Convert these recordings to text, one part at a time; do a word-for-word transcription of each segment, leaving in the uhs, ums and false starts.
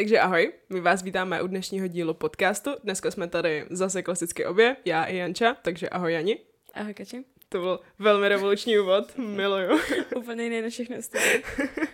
Takže ahoj, my vás vítáme u dnešního dílu podcastu. Dneska jsme tady zase klasicky obě, já i Janča, takže ahoj Jani. Ahoj Kači. To byl velmi revoluční úvod, miluju. Úplně jiný než všechno ostatní.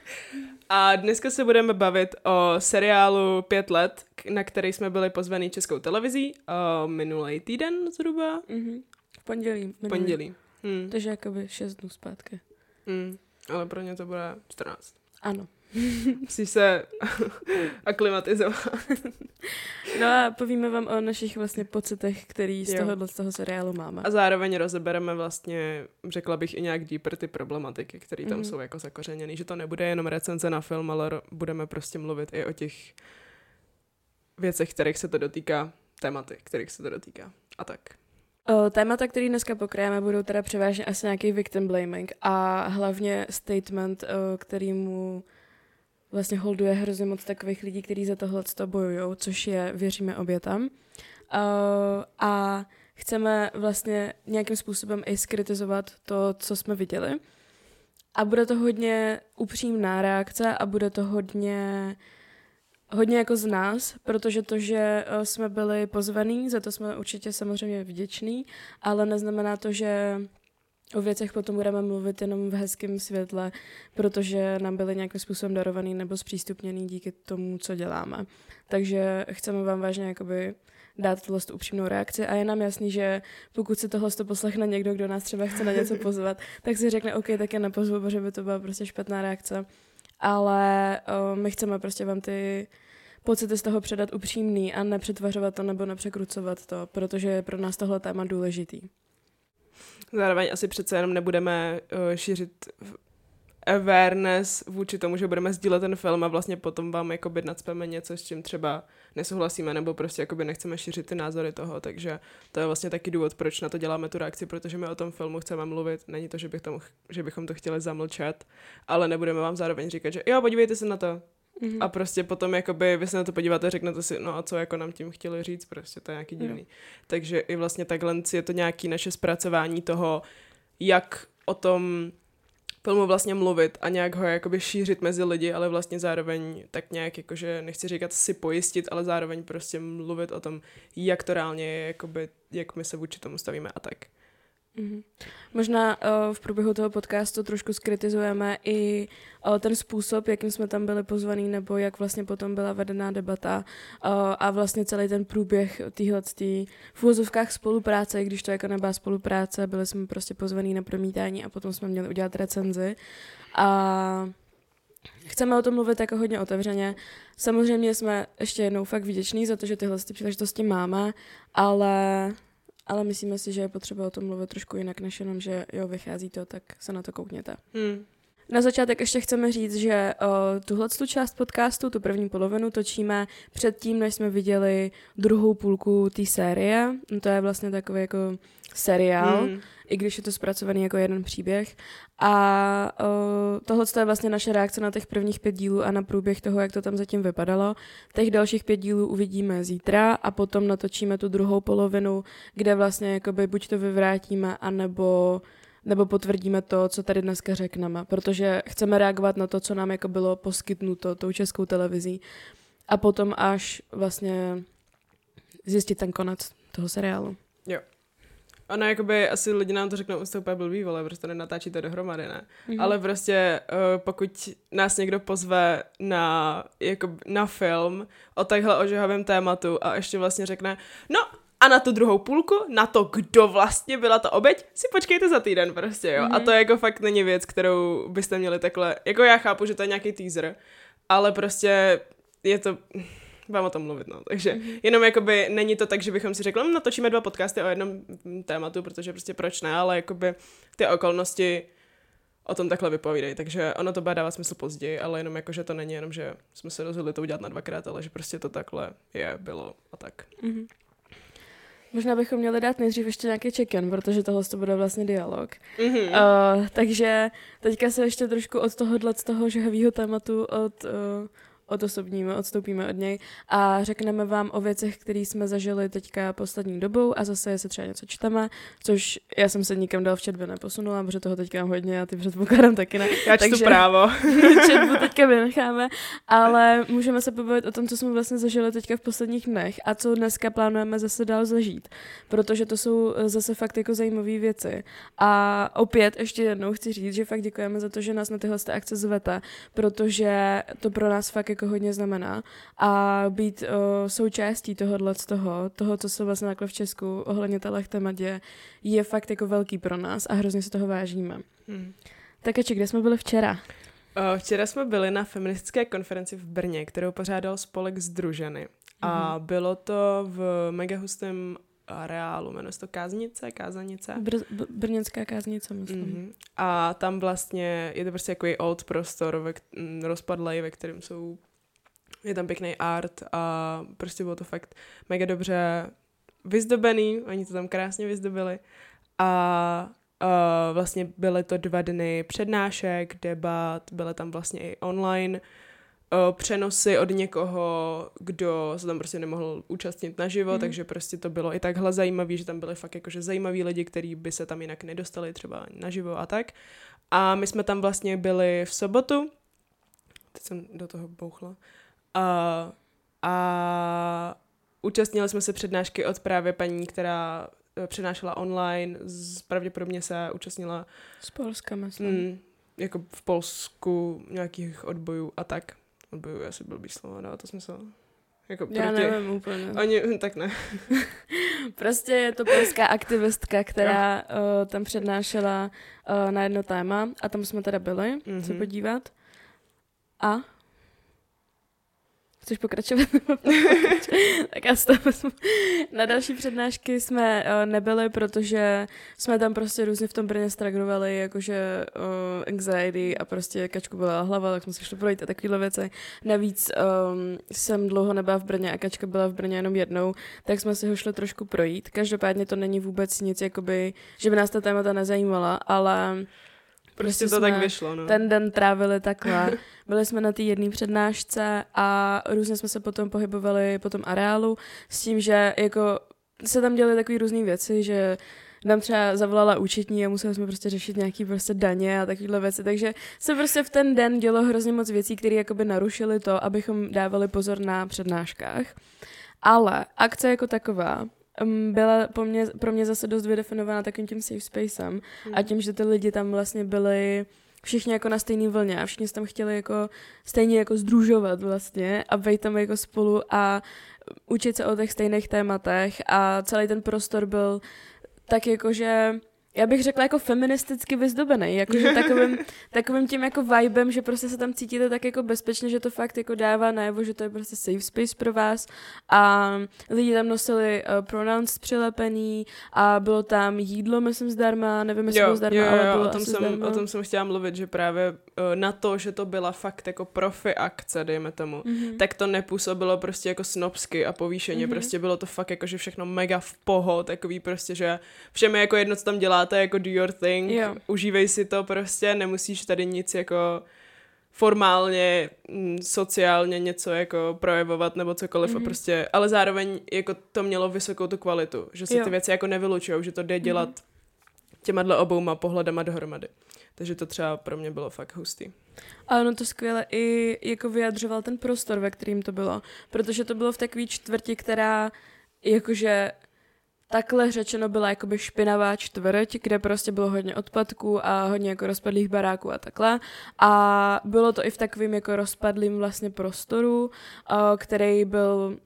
A dneska se budeme bavit o seriálu Pět let, na který jsme byli pozvaný Českou televizí o minulý týden zhruba. Mm-hmm. V pondělí. V pondělí. Hmm. Takže jakoby šest dnů zpátky. Hmm. Ale pro ně to bude čtrnáct. Ano. Musíš se aklimatizovat. No a povíme vám o našich vlastně pocitech, který z Jo. tohohle z toho seriálu máme. A zároveň rozebereme vlastně, řekla bych, i nějak deeper ty problematiky, které tam Mhm. jsou jako zakořeněný, že to nebude jenom recenze na film, ale ro- budeme prostě mluvit i o těch věcech, kterých se to dotýká, tématy, kterých se to dotýká. A tak. O, témata, který dneska pokryjeme, budou teda převážně asi nějaký victim blaming a hlavně statement, o, kterýmu vlastně holduje hrozně moc takových lidí, kteří za tohle bojujou, což je Věříme obětám. O, a chceme vlastně nějakým způsobem i skritizovat to, co jsme viděli. A bude to hodně upřímná reakce a bude to hodně, hodně jako z nás, protože to, že uh, jsme byli pozvaní, za to jsme určitě samozřejmě vděční, ale neznamená to, že o věcech potom budeme mluvit jenom v hezkém světle, protože nám byly nějakým způsobem darovaný nebo zpřístupněný díky tomu, co děláme. Takže chceme vám vážně jakoby dát tohle upřímnou reakci a je nám jasný, že pokud si tohle poslechne někdo, kdo nás třeba chce na něco pozvat, tak si řekne, OK, tak je nepozvu, protože by to byla prostě špatná reakce. Ale o, my chceme prostě vám ty pocity z toho předat upřímný a nepřetvařovat to nebo nepřekrucovat to, protože je pro nás tohle téma důležitý. Zároveň asi přece jenom nebudeme uh, šířit awareness vůči tomu, že budeme sdílet ten film a vlastně potom vám jakoby nacpeme něco, s čím třeba nesouhlasíme nebo prostě jakoby nechceme šířit ty názory toho, takže to je vlastně taky důvod, proč na to děláme tu reakci, protože my o tom filmu chceme mluvit, není to, že, bych tomu, že bychom to chtěli zamlčet, ale nebudeme vám zároveň říkat, že jo, podívejte se na to. Mm-hmm. A prostě potom jakoby vy se na to podíváte a řeknete si, no a co jako nám tím chtěli říct, prostě to je nějaký divný. Mm. Takže i vlastně takhle je to nějaký naše zpracování toho, jak o tom filmu vlastně mluvit a nějak ho jakoby šířit mezi lidi, ale vlastně zároveň tak nějak jakože, nechci říkat si pojistit, ale zároveň prostě mluvit o tom, jak to reálně je, jakoby, jak my se vůči tomu stavíme a tak. Mm-hmm. Možná uh, v průběhu toho podcastu trošku skritizujeme i uh, ten způsob, jakým jsme tam byli pozvaný, nebo jak vlastně potom byla vedená debata uh, a vlastně celý ten průběh téhletý v uvozovkách spolupráce, když to jako nebyla spolupráce, byli jsme prostě pozvaný na promítání a potom jsme měli udělat recenzi a chceme o tom mluvit jako hodně otevřeně. Samozřejmě jsme ještě jednou fakt vděční za to, že tyhle příležitosti máme, ale... Ale myslíme si, že je potřeba o tom mluvit trošku jinak, než jenom, že jo, vychází to, tak se na to koukněte. Hmm. Na začátek ještě chceme říct, že o, tuhletu část podcastu, tu první polovinu, točíme předtím, než jsme viděli druhou půlku té série. To je vlastně takový jako seriál, hmm. i když je to zpracovaný jako jeden příběh. A tohle je vlastně naše reakce na těch prvních pět dílů a na průběh toho, jak to tam zatím vypadalo. Těch dalších pět dílů uvidíme zítra a potom natočíme tu druhou polovinu, kde vlastně jakoby buď to vyvrátíme, anebo nebo potvrdíme to, co tady dneska řekneme, protože chceme reagovat na to, co nám jako bylo poskytnuto tou Českou televizí a potom až vlastně zjistit ten konec toho seriálu. Jo. Ono jakoby, asi lidi nám to řeknou, jste úplně blbý, vole, prostě nenatáčíte dohromady, ne? Mm-hmm. Ale prostě uh, pokud nás někdo pozve na, jako, na film o takhle ožehavém tématu a ještě vlastně řekne, no a na tu druhou půlku, na to, kdo vlastně byla ta oběť, si počkejte za týden prostě, jo. Mm-hmm. A to jako fakt není věc, kterou byste měli takhle, jako já chápu, že to je nějaký teaser, ale prostě je to... vám o tom mluvit, no. Takže mm-hmm. jenom jakoby není to tak, že bychom si řekli, no, natočíme dva podcasty o jednom tématu, protože prostě proč ne, ale jakoby ty okolnosti o tom takhle vypovídají, takže ono to bude dávat smysl později, ale jenom jako, že to není jenom, že jsme se rozhodli to udělat na dvakrát, ale že prostě to takhle je, bylo a tak. Mm-hmm. Možná bychom měli dát nejdřív ještě nějaký check-in, protože tohle to bude vlastně dialog. Mm-hmm. Uh, takže teďka se ještě trošku od tohohle z toho žhavýho tématu od... Uh, odosobníme, odstoupíme od něj a řekneme vám o věcech, které jsme zažili teďka poslední dobou a zase jestli třeba něco čteme, což já jsem se nikam dál v četbě neposunula, protože toho teďka mám hodně a ty předpokládám taky ne. Já čtu právo. Četbu teďka vynecháme, ale můžeme se pobavit o tom, co jsme vlastně zažili teďka v posledních dnech a co dneska plánujeme zase dál zažít, protože to jsou zase fakt jako zajímavé věci. A opět ještě jednou chci říct, že fakt děkujeme za to, že nás na tyhle akce zvete, protože to pro nás fakt jako hodně znamená a být o, součástí tohohle z toho, toho, co se vlastně takhle v Česku ohledně těchto témat je, je fakt jako velký pro nás a hrozně si toho vážíme. Hmm. Tak Eči, kde jsme byli včera? O, včera jsme byli na feministické konferenci v Brně, kterou pořádal spolek Združeny. A mm-hmm. bylo to v mega hustém areálu, jmenuje se to Káznice, Kázanice. Br- b- Brněnská Káznice, myslím. Mm-hmm. A tam vlastně je to prostě takový old prostor, ve, rozpadlej, ve kterém jsou, je tam pěkný art a prostě bylo to fakt mega dobře vyzdobený, oni to tam krásně vyzdobili a uh, vlastně byly to dva dny přednášek, debat, byly tam vlastně i online uh, přenosy od někoho, kdo se tam prostě nemohl účastnit naživo, mm. takže prostě to bylo i takhle zajímavé, že tam byly fakt jakože zajímaví lidi, kteří by se tam jinak nedostali třeba naživo a tak. A my jsme tam vlastně byli v sobotu, teď jsem do toho bouchla, a, a účastnili jsme se přednášky od právě paní, která přednášela online, z, pravděpodobně se účastnila z Polska, myslím. Mm, jako v Polsku nějakých odbojů a tak. Odbojů asi blbý slovo, dává to smysl. Jako Já proti... nevím úplně. Oni, tak ne. Prostě je to polská aktivistka, která uh, tam přednášela uh, na jedno téma a tam jsme teda byli mm-hmm. se podívat. A? Chceš pokračovat? Tak já to na další přednášky jsme uh, nebyli, protože jsme tam prostě různě v tom Brně stragrovali, jakože uh, anxiety a prostě Kačku byla hlava, tak jsme se šli projít a takovéhle věci. Navíc um, jsem dlouho nebyla v Brně a Kačka byla v Brně jenom jednou, tak jsme si ho šli trošku projít. Každopádně to není vůbec nic, jakoby, že by nás ta témata nezajímala, ale... Prostě, prostě to tak vyšlo, no. Ten den trávili takhle. Byli jsme na té jedné přednášce a různě jsme se potom pohybovali po tom areálu s tím, že jako se tam děly takové různé věci, že nám třeba zavolala účetní a museli jsme prostě řešit nějaký prostě daně a takovéhle věci. Takže se prostě v ten den dělo hrozně moc věcí, které jakoby narušily to, abychom dávali pozor na přednáškách. Ale akce jako taková byla po mě, pro mě zase dost vydefinovaná takovým tím safe spacem mm. a tím, že ty lidi tam vlastně byli všichni jako na stejné vlně a všichni se tam chtěli jako stejně jako sdružovat vlastně a být tam jako spolu a učit se o těch stejných tématech a celý ten prostor byl tak jako, že já bych řekla jako feministicky vyzdobený, jakože takovým, takovým tím jako vibem, že prostě se tam cítíte tak jako bezpečně, že to fakt jako dává najevo, že to je prostě safe space pro vás a lidi tam nosili uh, pronouns přilepený a bylo tam jídlo, myslím, zdarma, nevím, jestli jo, bylo zdarma, jo, jo, ale bylo o tom asi jsem, zdarma. O tom jsem chtěla mluvit, že právě uh, na to, že to byla fakt jako profi akce, dejme tomu, mm-hmm. tak to nepůsobilo prostě jako snobsky a povýšeně, mm-hmm. prostě bylo to fakt jako, že všechno mega v poho, takový prostě, že všem je jako jedno, co tam děláte, jako do your thing, jo. Užívej si to prostě, nemusíš tady nic jako formálně, sociálně něco jako projevovat nebo cokoliv mm-hmm. a prostě, ale zároveň jako to mělo vysokou tu kvalitu, že se jo. ty věci jako nevylučujou, že to jde dělat mm-hmm. těma dle obouma pohledama dohromady. Takže to třeba pro mě bylo fakt hustý. A ono to skvěle i jako vyjadřoval ten prostor, ve kterým to bylo, protože to bylo v takové čtvrti, která jakože takhle řečeno byla jakoby špinavá čtvrť, kde prostě bylo hodně odpadků a hodně jako rozpadlých baráků a takhle. A bylo to i v takovým jako rozpadlým vlastně prostoru, který byl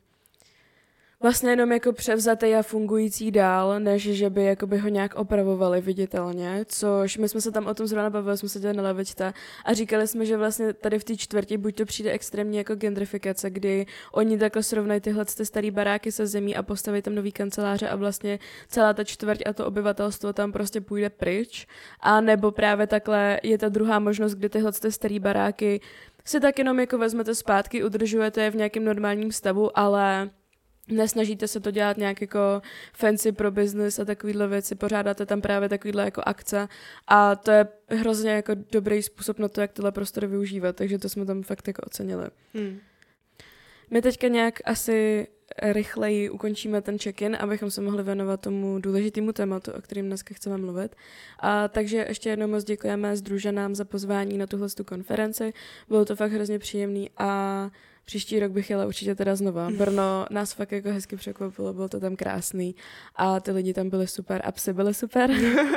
vlastně jenom jako převzatý a fungující dál, než že by jakoby ho nějak opravovali viditelně, což my jsme se tam o tom zrovna bavili, jsme se dělali na lavičce a říkali jsme, že vlastně tady v té čtvrti buď to přijde extrémně jako gentrifikace, kdy oni takhle srovnají tyhle ty starý baráky se zemí a postaví tam nový kanceláře a vlastně celá ta čtvrť a to obyvatelstvo tam prostě půjde pryč, a nebo právě takhle je ta druhá možnost, kdy tyhle ty starý baráky si tak jenom jako vezmete zpátky, udržujete je v nějakém normálním stavu, ale nesnažíte se to dělat nějak jako fancy pro business a takovýhle věci, pořádáte tam právě takovýhle jako akce a to je hrozně jako dobrý způsob na to, jak tyhle prostory využívat, takže to jsme tam fakt jako ocenili. Hmm. My teďka nějak asi rychleji ukončíme ten check-in, abychom se mohli věnovat tomu důležitému tématu, o kterém dneska chceme mluvit. A takže ještě jednou moc děkujeme sdruženám za pozvání na tuhle konferenci. Bylo to fakt hrozně příjemný a příští rok bych jela určitě teda znova. Brno nás fakt jako hezky překvapilo, bylo to tam krásný a ty lidi tam byli super a psy byli super.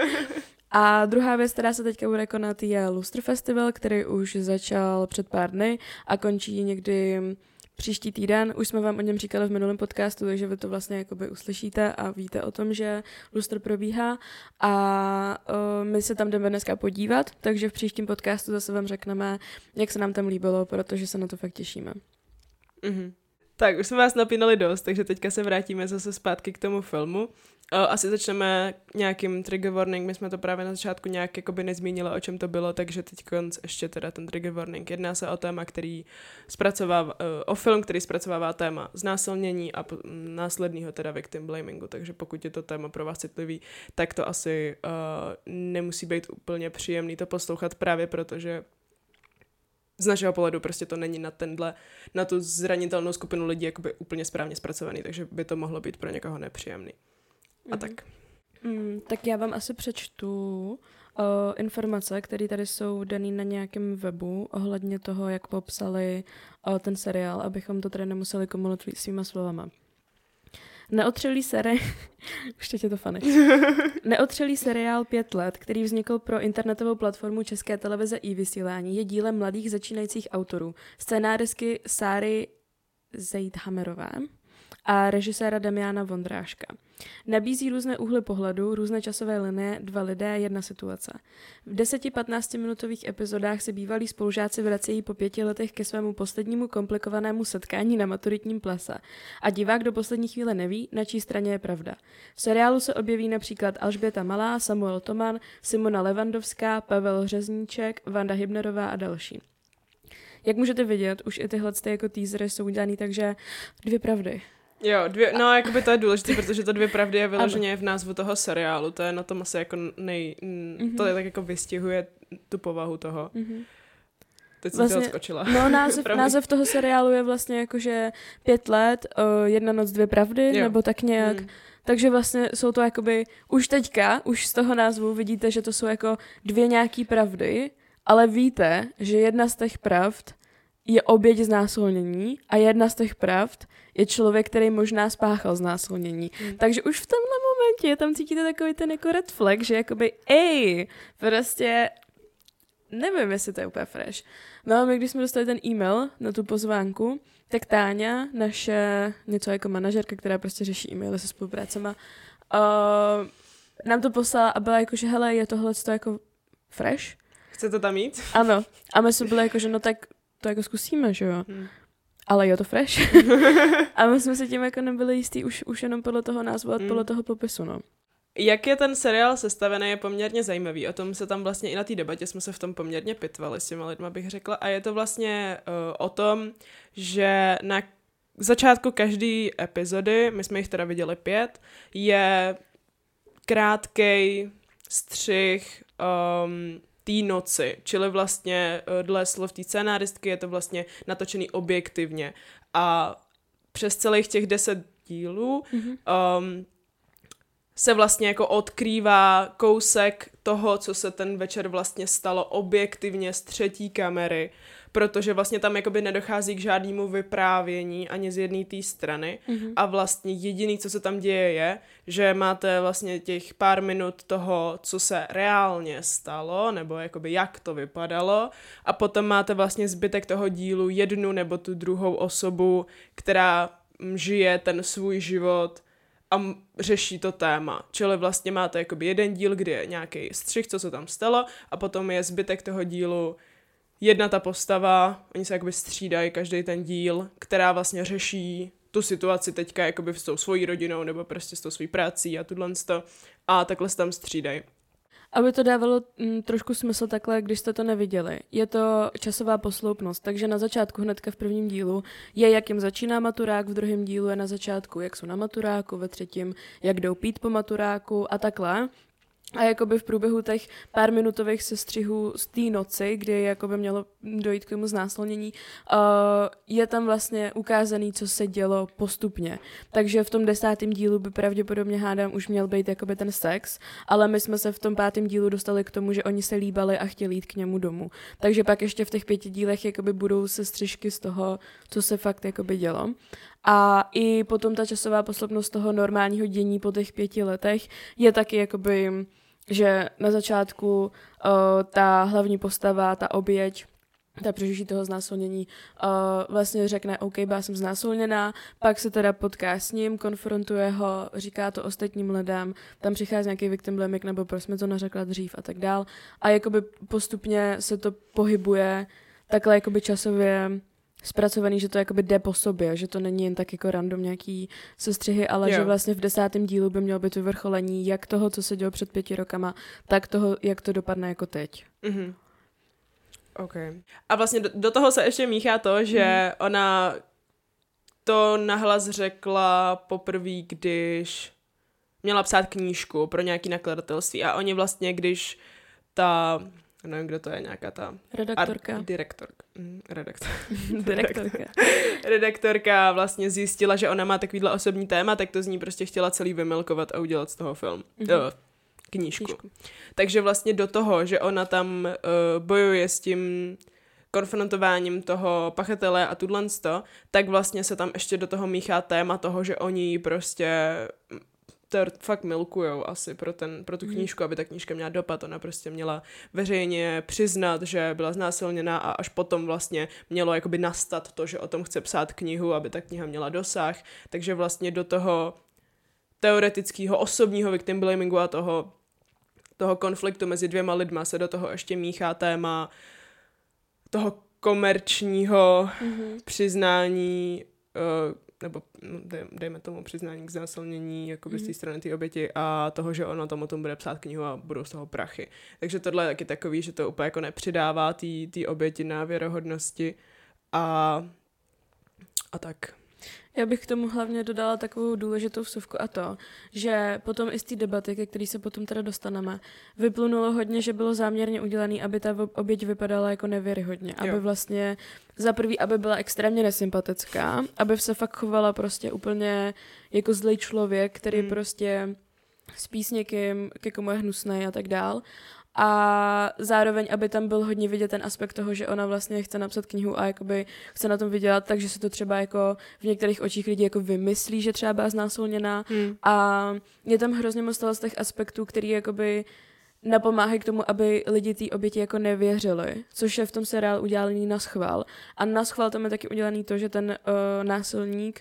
A druhá věc, která se teďka bude konat, je Lustr Festival, který už začal před pár dny a končí někdy příští týden. Už jsme vám o něm říkali v minulém podcastu, takže vy to vlastně jakoby uslyšíte a víte o tom, že Lustr probíhá. A uh, my se tam jdeme dneska podívat, takže v příštím podcastu zase vám řekneme, jak se nám tam líbilo, protože se na to fakt těšíme. Mm-hmm. Tak, už jsme vás napínali dost, takže teďka se vrátíme zase zpátky k tomu filmu. Asi začneme nějakým trigger warning, my jsme to právě na začátku nějak jakoby nezmínili, o čem to bylo, takže teď konc ještě teda ten trigger warning. Jedná se o téma, který zpracovává, o film, který zpracovává téma znásilnění a následného teda victim blamingu, takže pokud je to téma pro vás citlivý, tak to asi uh, nemusí být úplně příjemný to poslouchat právě protože z našeho pohledu prostě to není na tenhle, na tu zranitelnou skupinu lidí jakoby úplně správně zpracovaný, takže by to mohlo být pro někoho nepříjemný. A mm. tak. Mm, tak já vám asi přečtu uh, informace, které tady jsou dané na nějakém webu ohledně toho, jak popsali uh, ten seriál, abychom to tady nemuseli komolovat svýma slovama. Neotřelý seriál, už teď je to funny. Neotřelý seriál Pět let, který vznikl pro internetovou platformu České televize i vysílání, je dílem mladých začínajících autorů, scénáristky Sáry Zejdhamerové a režiséra Damiana Vondráška. Nabízí různé úhly pohledu, různé časové linie, dva lidé, jedna situace. V deseti-patnáctiminutových epizodách se bývalí spolužáci vracejí po pěti letech ke svému poslednímu komplikovanému setkání na maturitním plese. A divák do poslední chvíle neví, na čí straně je pravda. V seriálu se objeví například Alžběta Malá, Samuel Toman, Simona Levandovská, Pavel Řezníček, Vanda Hybnerová a další. Jak můžete vidět, už i tyhle jako teasery jsou udělaný, takže dvě pravdy. Jo, dvě, no jakoby to je důležité, protože to dvě pravdy je vyloženě v názvu toho seriálu, to je na tom asi jako nej, mm-hmm. to je tak jako vystihuje tu povahu toho. Mm-hmm. Teď jsem vlastně, si odskočila. No název, název toho seriálu je vlastně jakože pět let, o, jedna noc, dvě pravdy, jo. Nebo tak nějak. Mm. Takže vlastně jsou to jakoby, už teďka, už z toho názvu vidíte, že to jsou jako dvě nějaký pravdy, ale víte, že jedna z těch pravd je oběť znásilnění a jedna z těch pravd je člověk, který možná spáchal znásilnění. Hmm. Takže už v tomhle momentě tam cítíte takový ten jako red flag, že jakoby ej, prostě nevím, jestli to je úplně fresh. No a my, když jsme dostali ten e-mail na tu pozvánku, tak Táňa, naše něco jako manažerka, která prostě řeší e-maily se spoluprácema, uh, nám to poslala a byla jako, že hele, je tohle jako fresh? Chcete tam jít? Ano. A my jsme byli jako, že no tak to jako zkusíme, že jo. Hmm. Ale je to fresh. A my jsme se tím jako nebyli jistý už, už jenom podle toho názvu a hmm. podle toho popisu, no. Jak je ten seriál sestavený, je poměrně zajímavý. O tom se tam vlastně i na té debatě jsme se v tom poměrně pitvali s těma lidma, bych řekla. A je to vlastně uh, o tom, že na začátku každé epizody, my jsme jich teda viděli pět, je krátkej střih um, té noci, čili vlastně dle slov té scénáristky je to vlastně natočený objektivně a přes celých těch deset dílů mm-hmm. um, se vlastně jako odkrývá kousek toho, co se ten večer vlastně stalo objektivně z třetí kamery, protože vlastně tam jakoby nedochází k žádnému vyprávění ani z jedné té strany mm-hmm. a vlastně jediný, co se tam děje je, že máte vlastně těch pár minut toho, co se reálně stalo, nebo jakoby jak to vypadalo a potom máte vlastně zbytek toho dílu jednu nebo tu druhou osobu, která žije ten svůj život a řeší to téma. Čili vlastně máte jakoby jeden díl, kde je nějaký střih, co se tam stalo a potom je zbytek toho dílu jedna ta postava, oni se jakoby střídají každý ten díl, která vlastně řeší tu situaci teďka jakoby s tou svojí rodinou nebo prostě s tou svojí prací a tuhle a takhle se tam střídají. Aby to dávalo m, trošku smysl takhle, když jste to neviděli. Je to časová posloupnost, takže na začátku hnedka v prvním dílu je, jak jim začíná maturák, v druhém dílu je na začátku, jak jsou na maturáku, ve třetím, jak jdou pít po maturáku a takhle. A jakoby v průběhu těch pár minutových sestřihů z té noci, kdy jakoby mělo dojít k tomu znásilnění, uh, je tam vlastně ukázaný, co se dělo postupně. Takže v tom desátém dílu by pravděpodobně hádám už měl být jakoby ten sex, ale my jsme se v tom pátém dílu dostali k tomu, že oni se líbali a chtěli jít k němu domů. Takže pak ještě v těch pěti dílech jakoby budou sestřižky z toho, co se fakt jakoby dělo. A i potom ta časová posloupnost toho normálního dění po těch pěti letech je taky jakoby, že na začátku uh, ta hlavní postava, ta oběť, ta přežití toho znásilnění uh, vlastně řekne, OK, byla jsem znásilněná, pak se teda potká s ním, konfrontuje ho, říká to ostatním lidem, tam přichází nějaký victim blaming, nebo proč jsme to neřekla dřív a tak dál. A jakoby postupně se to pohybuje takhle jakoby časově zpracovaný, že to jakoby jde po sobě, že to není jen tak jako random nějaký sestřihy, ale jo. Že vlastně v desátém dílu by mělo být vyvrcholení jak toho, co se dělo před pěti rokama, tak toho, jak to dopadne jako teď. Mhm. OK. A vlastně do, do toho se ještě míchá to, že mm. ona to nahlas řekla poprvé, když měla psát knížku pro nějaký nakladatelství a oni vlastně, když ta, nevím, kdo to je, nějaká ta... Redaktorka. Art, direktorka. Mm, redaktor. Redaktorka. Redaktorka vlastně zjistila, že ona má takovýhle osobní téma, tak to z ní prostě chtěla celý vymilkovat a udělat z toho film. Mm-hmm. Uh, knížku. knížku. Takže vlastně do toho, že ona tam uh, bojuje s tím konfrontováním toho pachatele a tudlensto, tak vlastně se tam ještě do toho míchá téma toho, že oni ji prostě to fakt milkujou asi pro, ten, pro tu knížku, aby ta knížka měla dopad. Ona prostě měla veřejně přiznat, že byla znásilněná a až potom vlastně mělo jakoby nastat to, že o tom chce psát knihu, aby ta kniha měla dosah. Takže vlastně do toho teoretického osobního victim blamingu a toho, toho konfliktu mezi dvěma lidma se do toho ještě míchá téma toho komerčního mm-hmm. přiznání uh, nebo dej, dejme tomu přiznání k znásilnění jakoby mm-hmm. z té strany té oběti a toho, že ono tam o tom bude psát knihu a budou z toho prachy. Takže tohle je taky takový, že to úplně jako nepřidává té oběti na věrohodnosti a, a tak. Já bych k tomu hlavně dodala takovou důležitou vsuvku a to, že potom i z té debaty, ke který se potom teda dostaneme, vyplynulo hodně, že bylo záměrně udělané, aby ta oběť vypadala jako nevěryhodně. Aby jo. vlastně za prvý, aby byla extrémně nesympatická, aby se fakt chovala prostě úplně jako zlej člověk, který hmm. prostě spí s někým, ke komu je hnusnej a tak dál. A zároveň, aby tam byl hodně vidět ten aspekt toho, že ona vlastně chce napsat knihu a jakoby chce na tom vydělat, takže se to třeba jako v některých očích lidí jako vymyslí, že třeba byla znásilněná. Hmm. A je tam hrozně moc z těch aspektů, který jakoby napomáhají k tomu, aby lidi té oběti jako nevěřili, což je v tom seriálu udělaný na schvál. A na schvál tam je taky udělaný to, že ten uh, násilník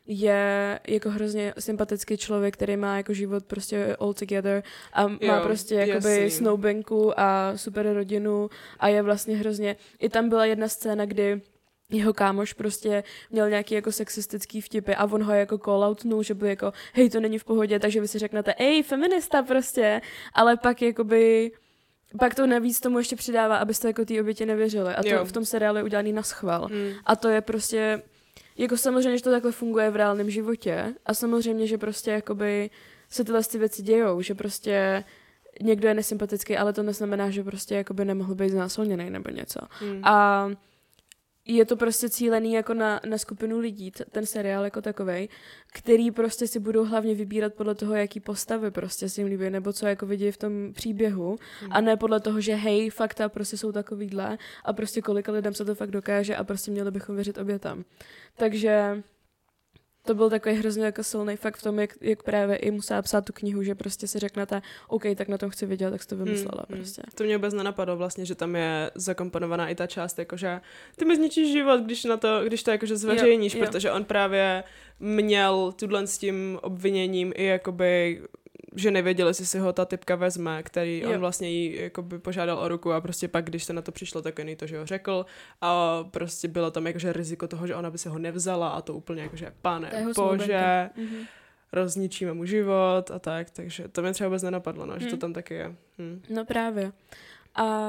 je jako hrozně sympatický člověk, který má jako život prostě all together a má jo, prostě jakoby snoubenku a super rodinu a je vlastně hrozně... I tam byla jedna scéna, kdy jeho kámoš prostě měl nějaký jako sexistický vtipy a on ho jako call-outnul, že byl jako hej, to není v pohodě, takže vy si řeknete ej, feminista prostě, ale pak jakoby... Pak to navíc tomu ještě přidává, abyste jako té oběti nevěřili a to jo. v tom seriálu je udělaný na schvál. Hmm. A to je prostě... Jako samozřejmě, že to takhle funguje v reálném životě a samozřejmě, že prostě jakoby se tyhle ty věci dějou, že prostě někdo je nesympatický, ale to neznamená, že prostě jakoby nemohl být znásilněný nebo něco. Hmm. A je to prostě cílený jako na, na skupinu lidí, t- ten seriál jako takovej, který prostě si budou hlavně vybírat podle toho, jaký postavy prostě si jim líbí, nebo co jako vidí v tom příběhu hmm. a ne podle toho, že hej, fakta prostě jsou takovýhle a prostě kolika lidem se to fakt dokáže a prostě měli bychom věřit obětám. Takže to byl takový hrozně jako silný fakt v tom, jak, jak právě i musela psát tu knihu, že prostě si řeknete, OK, tak na tom chci vidět, tak jsi to vymyslela hmm, prostě. To mě vůbec nenapadlo vlastně, že tam je zakomponovaná i ta část, jakože ty mi zničíš život, když, na to, když to jakože zveřejníš, jo, jo. Protože on právě měl tuhle s tím obviněním i jakoby, že nevěděli, jestli si ho ta typka vezme, který jo. on vlastně jí jakoby požádal o ruku a prostě pak, když se na to přišlo, tak jen to, že ho řekl a prostě bylo tam jakože riziko toho, že ona by si ho nevzala a to úplně jakože pane bože, mm-hmm. rozničíme mu život a tak, takže to mě třeba vůbec nenapadlo, no, mm. že to tam taky je. Hm. No právě. A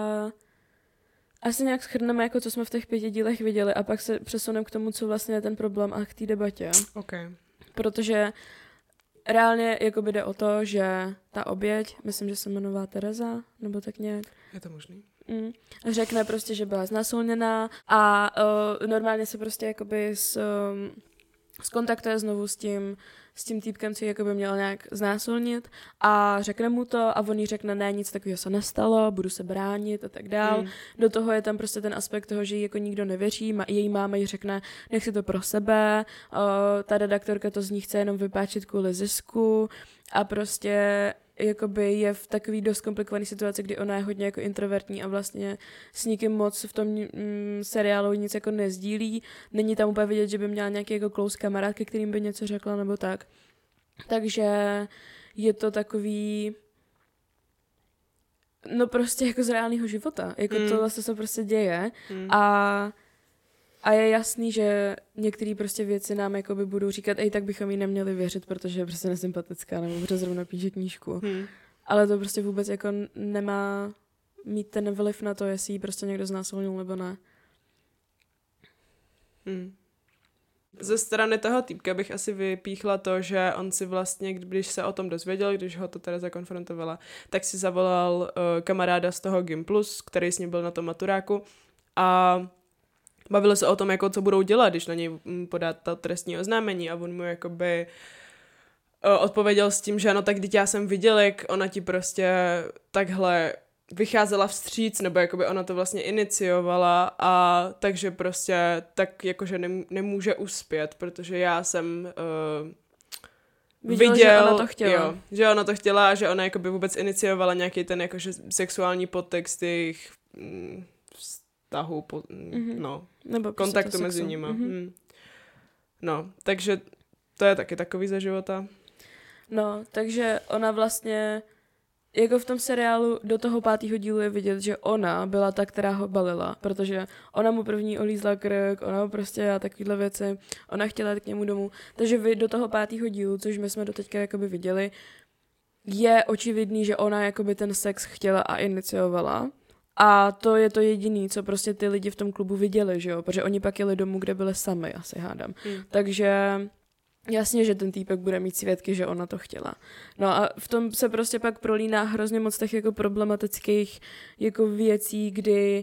asi nějak shrneme, jako co jsme v těch pěti dílech viděli a pak se přesuneme k tomu, co vlastně je ten problém a k té debatě. Okay. Protože reálně jakoby jde o to, že ta oběť, myslím, že se jmenovala Tereza, nebo tak nějak. Je to možný? Mm, řekne prostě, že byla znásilněná a uh, normálně se prostě jakoby s, um, skontaktuje znovu s tím, s tím týpkem, co ji jakoby měl nějak znásilnit a řekne mu to a on jí řekne, ne, nic takového se nestalo, budu se bránit a tak dál. Mm. Do toho je tam prostě ten aspekt toho, že jí jako nikdo nevěří, ma, její máma jí řekne, nech si to pro sebe, uh, ta redaktorka to z ní chce jenom vypáčit kvůli zisku a prostě jakoby je v takový dost komplikovaný situaci, kdy ona je hodně jako introvertní a vlastně s nikým moc v tom mm, seriálu nic jako nezdílí. Není tam úplně vidět, že by měla nějaký jako close kamarád, ke kterým by něco řekla nebo tak. Takže je to takový no prostě jako z reálného života. Jako mm. to vlastně se prostě děje mm. a A je jasný, že některé prostě věci nám jakoby budou říkat, ej, tak bychom jí neměli věřit, protože je prostě nesympatická, nebo protože zrovna píše knížku. Hmm. Ale to prostě vůbec jako nemá mít ten vliv na to, jestli jí prostě někdo znásilnil nebo ne. Hmm. Ze strany toho týpka bych asi vypíchla to, že on si vlastně, když se o tom dozvěděl, když ho to Tereza konfrontovala, tak si zavolal uh, kamaráda z toho Gimplus, který s ním byl na tom maturáku a bavili se o tom, jako co budou dělat, když na něj podá to trestní oznámení a on mu jakoby uh, odpověděl s tím, že no tak teď já jsem viděl, jak ona ti prostě takhle vycházela vstříc, nebo jakoby ona to vlastně iniciovala a takže prostě tak jakože nem, nemůže uspět, protože já jsem uh, viděl, viděl, že ona to chtěla. Jo, že ona to chtěla a že ona jakoby vůbec iniciovala nějaký ten jakože sexuální podtext jejich mm, vztahu, po, mm-hmm. no, nebo kontaktu mezi nimi. Mm-hmm. Mm. No, takže to je taky takový za života. No, takže ona vlastně jako v tom seriálu do toho pátého dílu je vidět, že ona byla ta, která ho balila, protože ona mu první olízla krk, ona ho prostě a takovýhle věci, ona chtěla jít k němu domů. Takže vy do toho pátého dílu, což my jsme doteďka jakoby viděli, je očividný, že ona jakoby ten sex chtěla a iniciovala. A to je to jediný, co prostě ty lidi v tom klubu viděli, že jo, protože oni pak jeli domů, kde byli sami, asi hádám. Hmm. Takže jasně, že ten týpek bude mít svědky, že ona to chtěla. No a v tom se prostě pak prolíná hrozně moc těch jako problematických jako věcí, kdy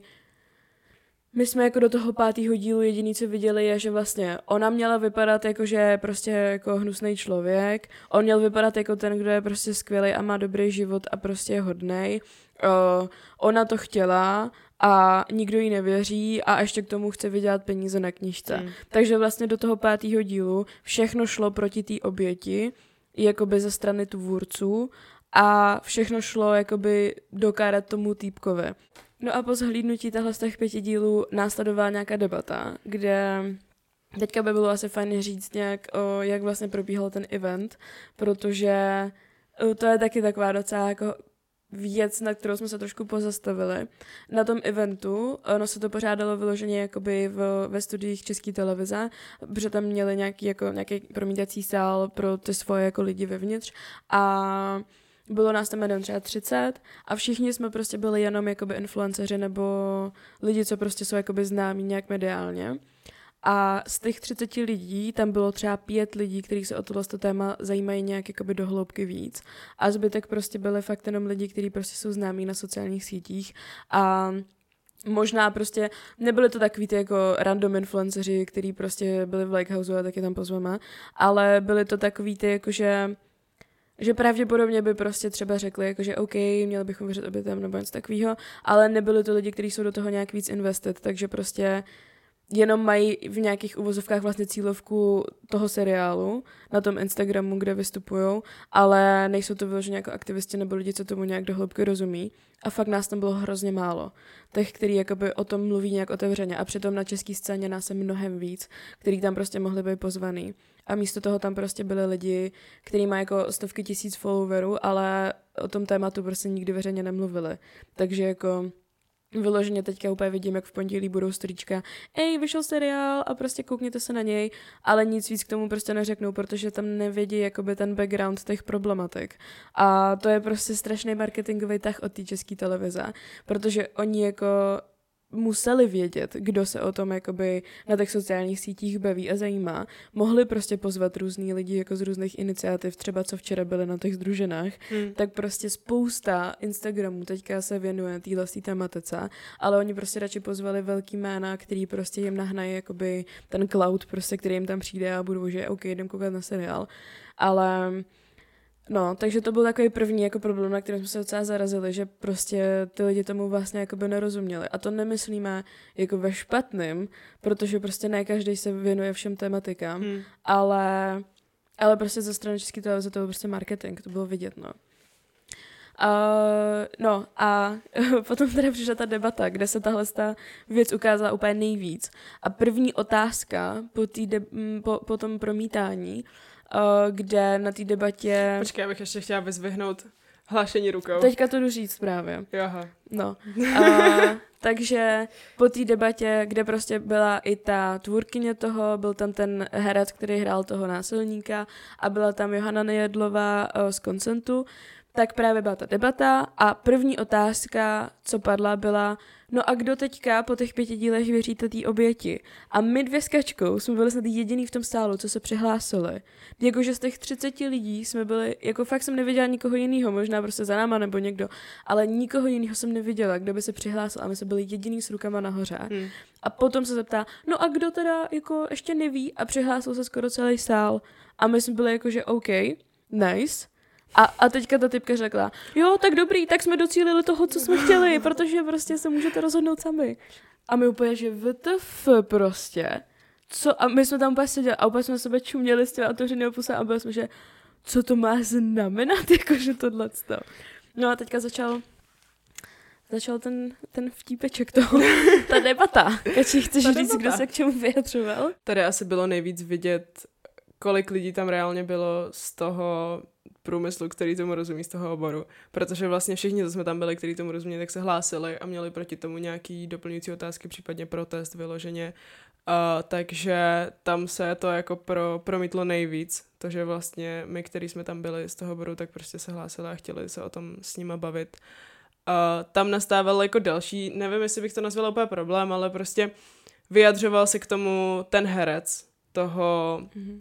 my jsme jako do toho pátého dílu jediný, co viděli, je, že vlastně ona měla vypadat jako, že je prostě jako hnusný člověk, on měl vypadat jako ten, kdo je prostě skvělý a má dobrý život a prostě je hodnej. Uh, ona to chtěla a nikdo jí nevěří a ještě k tomu chce vydělat peníze na knížce. Hmm. Takže vlastně do toho pátého dílu všechno šlo proti té oběti, jakoby ze strany tvůrců a všechno šlo jakoby dokárat tomu týpkovi. No a po zhlídnutí tahle z těch pěti dílů následovala nějaká debata, kde teďka by bylo asi fajn říct nějak, o, jak vlastně probíhal ten event, protože to je taky taková docela jako věc, na kterou jsme se trošku pozastavili. Na tom eventu, ono se to pořádalo vyloženě jakoby v, ve studiích České televize, protože tam měli nějaký, jako, nějaký promítací sál pro ty svoje jako lidi vevnitř a bylo nás tam jenom třeba třicet a všichni jsme prostě byli jenom jakoby influenceři nebo lidi, co prostě jsou jakoby známí nějak mediálně. A z těch třiceti lidí tam bylo třeba pět lidí, kteří se o tohle téma zajímají nějak jakoby do hloubky víc. A zbytek prostě byli fakt jenom lidi, kteří prostě jsou známí na sociálních sítích a možná prostě nebyly to takový ty jako random influenceři, kteří prostě byli v Likehouse a taky tam pozveme, ale byly to takový ty jakože že pravděpodobně by prostě třeba řekli, jakože OK, měli bychom věřit obětem nebo něco takového, ale nebyli to lidi, kteří jsou do toho nějak víc invested, takže prostě jenom mají v nějakých uvozovkách vlastně cílovku toho seriálu na tom Instagramu, kde vystupujou, ale nejsou to vyloženě jako aktivisti nebo lidi, co tomu nějak do hloubky rozumí. A fakt nás tam bylo hrozně málo. Těch, který jakoby o tom mluví nějak otevřeně. A přitom na české scéně nás je mnohem víc, který tam prostě mohli být pozvaný. A místo toho tam prostě byli lidi, kteří mají jako stovky tisíc followerů, ale o tom tématu prostě nikdy veřejně nemluvili. Takže jako vyloženě teďka úplně vidím, jak v pondělí budou storíčka, ej, vyšel seriál a prostě koukněte se na něj, ale nic víc k tomu prostě neřeknou, protože tam nevědí jakoby ten background těch problematik. A to je prostě strašný marketingový tah od té České televize, protože oni jako museli vědět, kdo se o tom jakoby na těch sociálních sítích baví a zajímá. Mohli prostě pozvat různý lidi jako z různých iniciativ, třeba co včera byly na těch sdruženách, hmm. tak prostě spousta Instagramů teďka se věnuje téhle tematice, ale oni prostě radši pozvali velký jména, který prostě jim nahnají jakoby ten cloud, prostě, který jim tam přijde a budou, že OK, jdem koukat na seriál. Ale no, takže to byl takový první jako problém, na kterém jsme se docela zarazili, že prostě ty lidi tomu vlastně jakoby nerozuměli. A to nemyslíme jako ve špatným, protože prostě ne každý se věnuje všem tematikám, hmm. ale, ale prostě ze strany České televize to byl prostě marketing, to bylo vidět, no. Uh, no a potom teda přišla ta debata, kde se tahle ta věc ukázala úplně nejvíc. A první otázka po, tý de- po, po tom promítání, uh, kde na té debatě... Počkej, já bych ještě chtěla vyzvihnout hlášení rukou. Teďka to jdu říct právě. Jaha. No. Uh, takže po té debatě, kde prostě byla i ta tvůrkyně toho, byl tam ten herec, který hrál toho násilníka a byla tam Johana Nejedlová uh, z Konsentu, tak právě byla ta debata a první otázka, co padla, byla no a kdo teďka po těch pěti dílech věříte té oběti? A my dvě s Kačkou jsme byli snad jediný v tom sálu, co se přihlásili. Jakože z těch třiceti lidí jsme byli, jako fakt jsem neviděla nikoho jiného, možná prostě za náma nebo někdo, ale nikoho jiného jsem neviděla, kdo by se přihlásil a my jsme byli jediný s rukama nahoře. Hmm. A potom se zeptá, no a kdo teda jako ještě neví a přihlásil se skoro celý sál. A my jsme byli jakože OK, nice. A, a teďka ta typka řekla, jo, tak dobrý, tak jsme docílili toho, co jsme chtěli, protože prostě se můžete rozhodnout sami. A my úplně, že W T F prostě. Co? A my jsme tam úplně seděli a úplně jsme na sebe čuměli s těmi otevřenými pusem a byli jsme, že co to má znamenat, jakože tohleto. No a teďka začal začal ten, ten vtípeček toho, ta debata. Kači, chceš říct, debata. Kdo se k čemu vyjadřoval? Tady asi bylo nejvíc vidět, kolik lidí tam reálně bylo z toho průmyslu, který tomu rozumí, z toho oboru. Protože vlastně všichni, co jsme tam byli, kteří tomu rozumí, tak se hlásili a měli proti tomu nějaký doplňující otázky, případně protest vyloženě. Uh, takže tam se to jako pro, promítlo nejvíc. To, že vlastně my, kteří jsme tam byli z toho oboru, tak prostě se hlásili a chtěli se o tom s nima bavit. Uh, tam nastával jako další, nevím, jestli bych to nazvala úplně problém, ale prostě vyjadřoval se k tomu ten herec toho mm-hmm.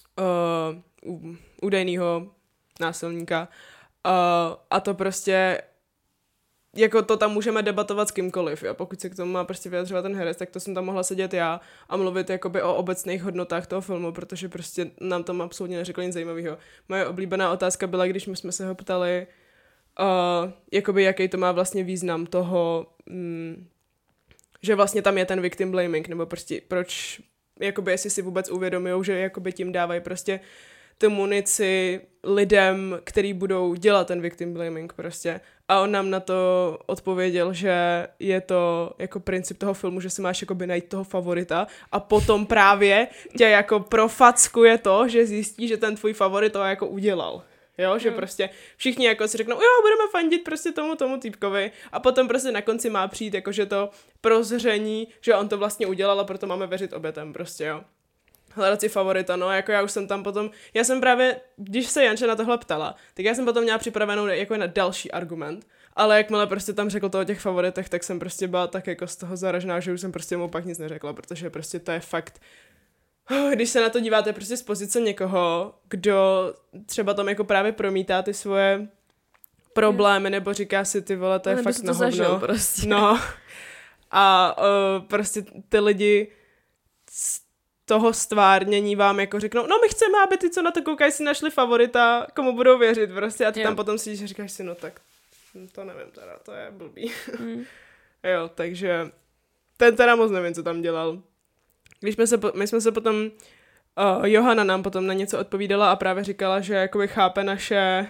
uh, údajného násilníka. Uh, a to prostě jako to tam můžeme debatovat s kýmkoliv. Jo? Pokud se k tomu má prostě vyjadřovat ten herec, tak to jsem tam mohla sedět já a mluvit jakoby o obecných hodnotách toho filmu, protože prostě nám tam absolutně neřekl nic zajímavého. Moje oblíbená otázka byla, když my jsme se ho ptali, uh, jakoby jaký to má vlastně význam toho, mm, že vlastně tam je ten victim blaming, nebo prostě proč, jakoby jestli si vůbec uvědomujou, že jakoby tím dávají prostě tu munici lidem, který budou dělat ten victim blaming prostě. A on nám na to odpověděl, že je to jako princip toho filmu, že si máš jakoby najít toho favorita a potom právě tě jako profackuje to, že zjistí, že ten tvůj favorit to jako udělal. Jo, že hmm. prostě všichni jako si řeknou, jo, budeme fandit prostě tomu, tomu týpkovi a potom prostě na konci má přijít jakože to prozření, že on to vlastně udělal a proto máme věřit obětem prostě, jo. Hledat si favorita, no, jako já už jsem tam potom, já jsem právě, když se Janča na tohle ptala, tak já jsem potom měla připravenou jako na další argument, ale jakmile prostě tam řekl to o těch favoritech, tak jsem prostě byla tak jako z toho zaražená, že už jsem prostě mu pak nic neřekla, protože prostě to je fakt, když se na to díváte prostě z pozice někoho, kdo třeba tam jako právě promítá ty svoje problémy, nebo říká si, ty vole, to je no, fakt na hovno. Prostě. No. A uh, prostě ty lidi toho stvárnění vám jako řeknou, no my chceme, aby ty, co na to koukají, si našli favorita, komu budou věřit prostě a ty jo. tam potom si říkáš si, no tak to nevím teda, to je blbý. Mm. Jo, takže ten teda moc nevím, co tam dělal. Když jsme se, my jsme se potom, uh, Johana nám potom na něco odpovídala a právě říkala, že jakoby chápe naše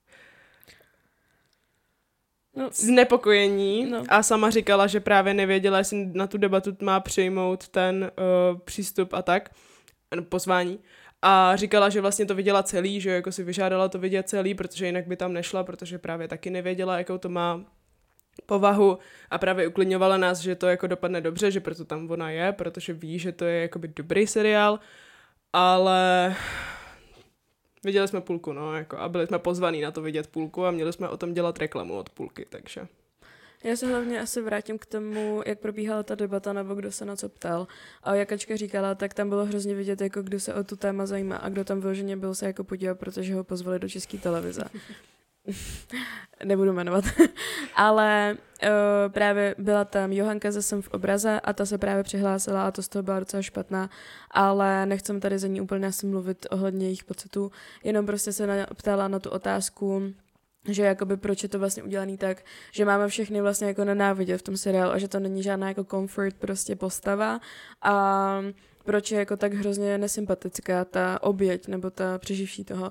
no. znepokojení no. a sama říkala, že právě nevěděla, jestli na tu debatu má přijmout ten uh, přístup a tak, pozvání. A říkala, že vlastně to viděla celý, že jako si vyžádala to vidět celý, protože jinak by tam nešla, protože právě taky nevěděla, jakou to má povahu a právě uklidňovala nás, že to jako dopadne dobře, že proto tam ona je, protože ví, že to je jakoby dobrý seriál, ale viděli jsme půlku, no, jako, a byli jsme pozvaní na to vidět půlku a měli jsme o tom dělat reklamu od půlky, takže. Já se hlavně asi vrátím k tomu, jak probíhala ta debata, nebo kdo se na co ptal. A jak Ačka říkala, tak tam bylo hrozně vidět, jako kdo se o tu téma zajímá a kdo tam vyloženě byl se jako podívat, protože ho pozvali do České televize. Nebudu jmenovat. Ale uh, právě byla tam Johanka ze Jsem v obraze a ta se právě přihlásila a to z toho byla docela špatná, ale nechcem tady za ní úplně asi mluvit ohledně jejich pocitů, jenom prostě se na, ptala na tu otázku, že jakoby proč je to vlastně udělaný tak, že máme všechny vlastně jako nenávidět v tom seriálu a že to není žádná jako comfort prostě postava a proč je jako tak hrozně nesympatická ta oběť nebo ta přeživší toho,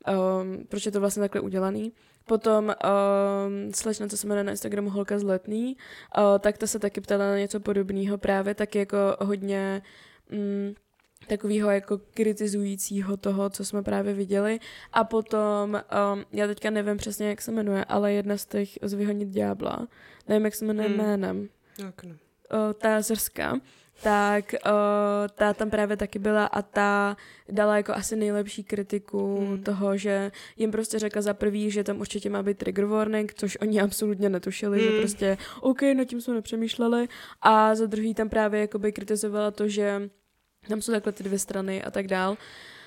um, proč je to vlastně takhle udělaný. Potom um, slečna, co se jmenuje na Instagramu Holka z Letný, uh, tak ta se taky ptala na něco podobného právě, taky jako hodně um, takového jako kritizujícího toho, co jsme právě viděli. A potom, um, já teďka nevím přesně, jak se jmenuje, ale jedna z těch z Vyhonit ďábla, nevím, jak se jmenuje hmm. jménem, okay. uh, ta Zrská, tak uh, ta tam právě taky byla a ta dala jako asi nejlepší kritiku hmm. toho, že jim prostě řekla za prvý, že tam určitě má být trigger warning, což oni absolutně netušili, hmm. že prostě OK, nad tím jsme nepřemýšleli a za druhý tam právě jakoby kritizovala to, že tam jsou takhle ty dvě strany a tak dál.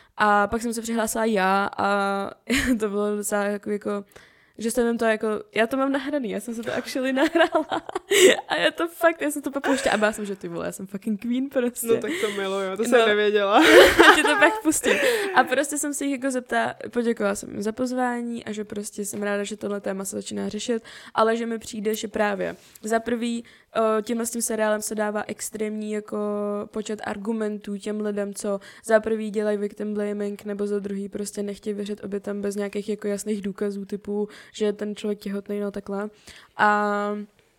A pak jsem se přihlásila já a to bylo docela jako, jako že jsem to jako, já to mám nahraný, já jsem se to actually nahrála a je to fakt, já jsem to popouštěla a byla jsem, že ty vole, já jsem fucking queen prostě. No tak to miluju, to jsem no, nevěděla. Já ti to pak pustím. A prostě jsem si jich jako zeptala, poděkovala jsem jim za pozvání a že prostě jsem ráda, že tohle téma se začíná řešit, ale že mi přijde, že právě za prvý tímhle s tím seriálem se dává extrémní jako počet argumentů těm lidem, co za prvý dělají victim blaming, nebo za druhý prostě nechtějí věřit obětem bez nějakých jako jasných důkazů typu, že je ten člověk těhotný, no takhle. A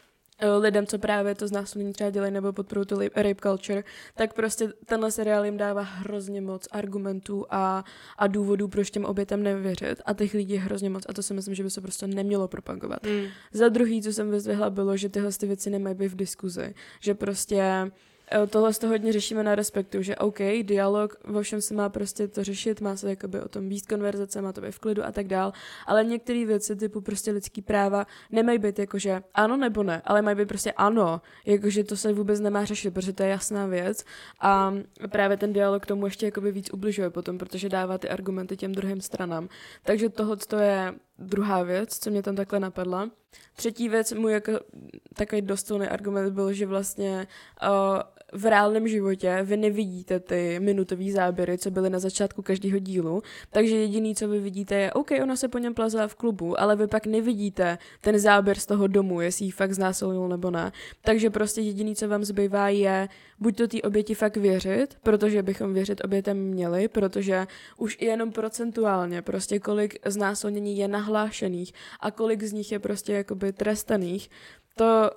lidem, co právě to znásilnění třeba dělají nebo podporují tu rape culture, tak prostě tenhle seriál jim dává hrozně moc argumentů a, a důvodů, proč těm obětem nevěřit. A těch lidí je hrozně moc a to si myslím, že by se prostě nemělo propagovat. Mm. Za druhý, co jsem vyzdvihla, bylo, že tyhle ty věci nemají být v diskuzi. Že prostě tohle z toho hodně řešíme na Respektu, že OK, dialog, vo všem se má prostě to řešit, má se jakoby o tom víc konverzace, má to být v klidu a tak dál, ale některé věci typu prostě lidský práva nemají být jakože ano nebo ne, ale mají být prostě ano, jakože to se vůbec nemá řešit, protože to je jasná věc a právě ten dialog tomu ještě jakoby víc ubližuje potom, protože dává ty argumenty těm druhým stranám. Takže tohle to je druhá věc, co mě tam takhle napadla. Třetí věc, můj jako takový dostojný argument byl, že vlastně uh, v reálném životě vy nevidíte ty minutové záběry, co byly na začátku každého dílu, takže jediný, co vy vidíte je, OK, ona se po něm plazila v klubu, ale vy pak nevidíte ten záběr z toho domu, jestli ji fakt znásilnil nebo ne. Takže prostě jediný, co vám zbývá, je buď to té oběti fakt věřit, protože bychom věřit obětem měli, protože už i jenom procentuálně prostě kolik znásilnění je nahlášených a kolik z nich je prostě jakoby trestaných, to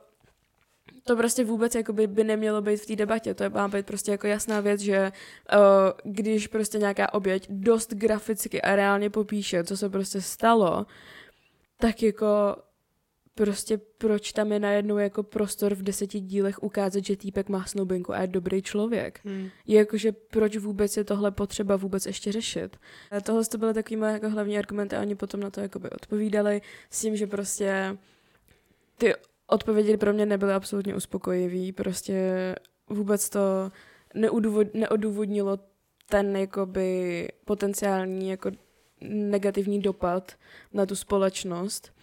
To prostě vůbec jakoby by nemělo být v té debatě. To je má být prostě jako jasná věc, že uh, když prostě nějaká oběť dost graficky a reálně popíše, co se prostě stalo, tak jako prostě proč tam je najednou jako prostor v deseti dílech ukázat, že týpek má snoubinku a je dobrý člověk. Hmm. Je jakože proč vůbec je tohle potřeba vůbec ještě řešit. A tohle to byly takový moje jako hlavní argumenty a oni potom na to jakoby odpovídali s tím, že prostě ty odpovědi pro mě nebyly absolutně uspokojivý, prostě vůbec to neudůvod, neodůvodnilo ten jakoby potenciální jako negativní dopad na tu společnost.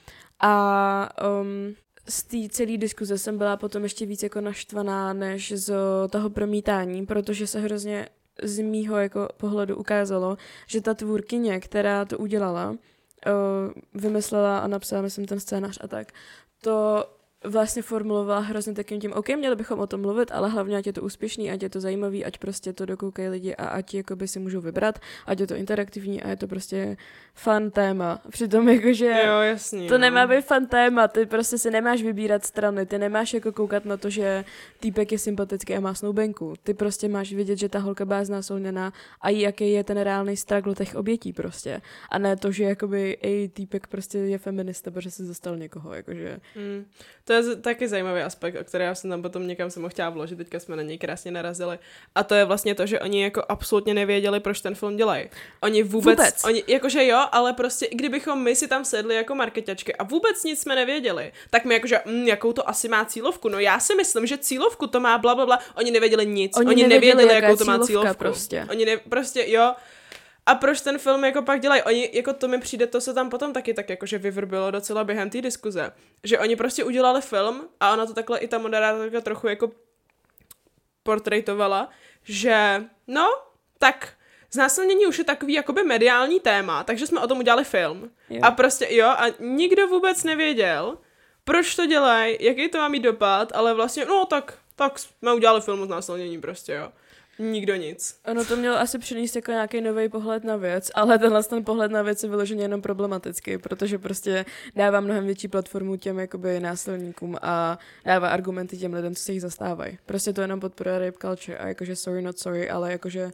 A um, z té celé diskuze jsem byla potom ještě víc jako naštvaná než z toho promítání, protože se hrozně z mýho jako pohledu ukázalo, že ta tvůrkyně, která to udělala, uh, vymyslela a napsala, myslím, ten scénář a tak, to vlastně formulovala hrozně takým tím, OK, měli bychom o tom mluvit, ale hlavně ať je to úspěšný, ať je to zajímavý, ať prostě to dokoukají lidi a ať jakoby si můžou vybrat, ať je to interaktivní a je to prostě fun téma. Přitom jakože jo, jasný, to jo. nemá být fun téma, ty prostě si nemáš vybírat strany, ty nemáš jako koukat na to, že týpek je sympatický a má snoubenku. Ty prostě máš vědět, že ta holka byla znásilněná a jaký je ten reálný struggle těch obětí prostě. A ne to, že jakoby ej, týpek prostě je feminista, protože se zastal někoho, jakože. Hmm. To je taky zajímavý aspekt, o který já jsem tam potom někam jsem ho chtěla vložit, teďka jsme na něj krásně narazili. A to je vlastně to, že oni jako absolutně nevěděli, proč ten film dělají. Oni vůbec, vůbec. Oni, jakože jo, ale prostě i kdybychom my si tam sedli jako marketačky a vůbec nic jsme nevěděli, tak my jakože, mm, jakou to asi má cílovku. No já si myslím, že cílovku to má bla, bla, bla. Oni nevěděli nic. Oni, oni nevěděli, nevěděli jakou to má cílovku. Prostě. Oni ne, prostě, jo. A proč ten film jako pak dělají? Oni, jako to mi přijde, to se tam potom taky tak jakože vyvrbilo docela během té diskuze. Že oni prostě udělali film a ona to takhle i ta moderátorka trochu jako portrétovala, že no, tak znásilnění už je takový jakoby mediální téma, takže jsme o tom udělali film. Jo. A prostě jo, a nikdo vůbec nevěděl, proč to dělají, jaký to má mít dopad, ale vlastně, no tak, tak jsme udělali film o znásilnění prostě, jo. Nikdo nic. Ono to mělo asi přinést jako nějaký nový pohled na věc, ale tenhle ten pohled na věc je vyloženě jenom problematický, protože prostě dává mnohem větší platformu těm jakoby násilníkům a dává argumenty těm lidem, co se jich zastávají. Prostě to jenom podporuje rape culture a jakože sorry not sorry, ale jakože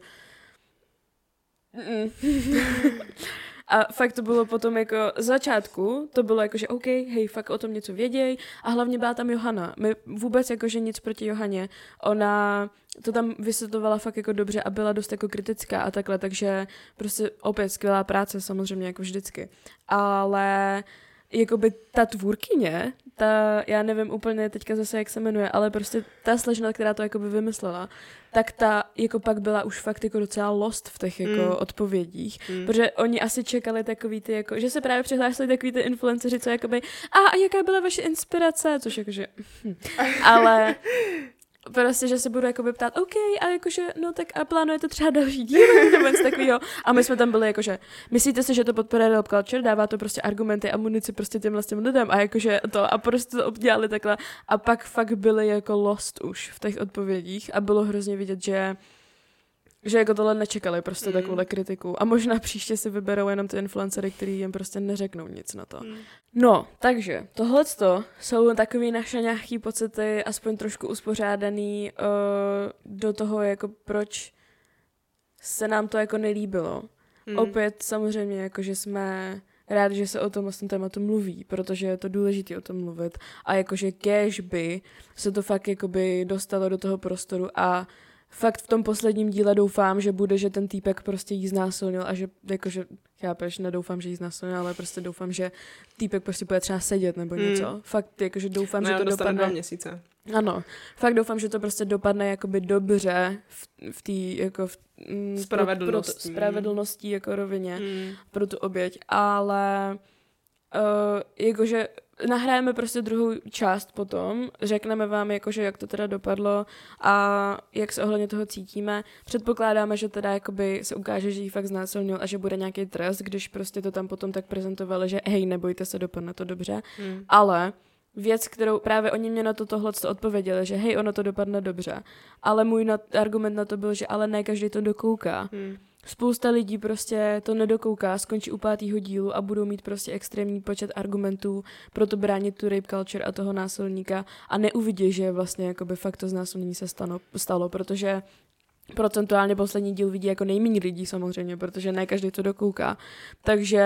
a fakt to bylo potom jako z začátku, to bylo jako, že OK, hej, fakt o tom něco věděj a hlavně byla tam Johana. My vůbec jakože nic proti Johaně. Ona to tam vysvětlovala fakt jako dobře a byla dost jako kritická a takhle, takže prostě opět skvělá práce samozřejmě jako vždycky. Ale jakoby ta tvůrkyně, ta, já nevím úplně teďka zase, jak se jmenuje, ale prostě ta slečna, která to jakoby vymyslela, tak ta jako pak byla už fakt jako docela lost v těch jako mm. odpovědích, mm. protože oni asi čekali takový ty jako, že se právě přihlásili takový ty influenceři, co jakoby, a, a jaká byla vaše inspirace, což jakože, hm. ale prostě, že se budu jakoby ptát, OK, a jakože, no tak a plánujete třeba další díl, nebo něco takového. A my jsme tam byli jakože, myslíte si, že to podporuje rape culture, dává to prostě argumenty a munici prostě těmhle těm lidem a jakože to, a prostě to obdělali takhle. A pak fakt byli jako lost už v těch odpovědích a bylo hrozně vidět, že že jako tohle nečekali prostě mm. takovouhle kritiku. A možná příště si vyberou jenom ty influencery, který jim prostě neřeknou nic na to. Mm. No, takže tohleto jsou takový naše nějaký pocity, aspoň trošku uspořádaný uh, do toho, jako proč se nám to jako nelíbilo. Mm. Opět samozřejmě, jako že jsme rádi, že se o tom vlastně tématu mluví, protože je to důležité o tom mluvit. A jakože kéž by se to fakt jakoby dostalo do toho prostoru a fakt v tom posledním díle doufám, že bude, že ten týpek prostě jí znásilnil a že, jakože, chápeš, nedoufám, že jí znásilnil, ale prostě doufám, že týpek prostě bude třeba sedět nebo něco. Mm. Fakt, jakože doufám, no, že to dopadne. dva měsíce. Ano, fakt doufám, že to prostě dopadne jakoby dobře v, v té, jako v, mm, spravedlností. Pro, pro spravedlností jako rovině mm. pro tu oběť, ale uh, jakože nahráme prostě druhou část potom, řekneme vám, jakože jak to teda dopadlo a jak se ohledně toho cítíme. Předpokládáme, že teda jakoby se ukáže, že jí fakt znásilnil a že bude nějaký trest, když prostě to tam potom tak prezentovali, že hej, nebojte se, dopadne to dobře. Hmm. Ale věc, kterou právě oni mě na to tohle odpověděli, že hej, ono to dopadne dobře. Ale můj na, argument na to byl, že ale ne každý to dokouká. Hmm. Spousta lidí prostě to nedokouká, skončí u pátýho dílu a budou mít prostě extrémní počet argumentů pro to bránit tu rape culture a toho násilníka a neuvidí, že vlastně jakoby fakt to znásilnění se stano, stalo, protože procentuálně poslední díl vidí jako nejméně lidí samozřejmě, protože ne každý to dokouká. Takže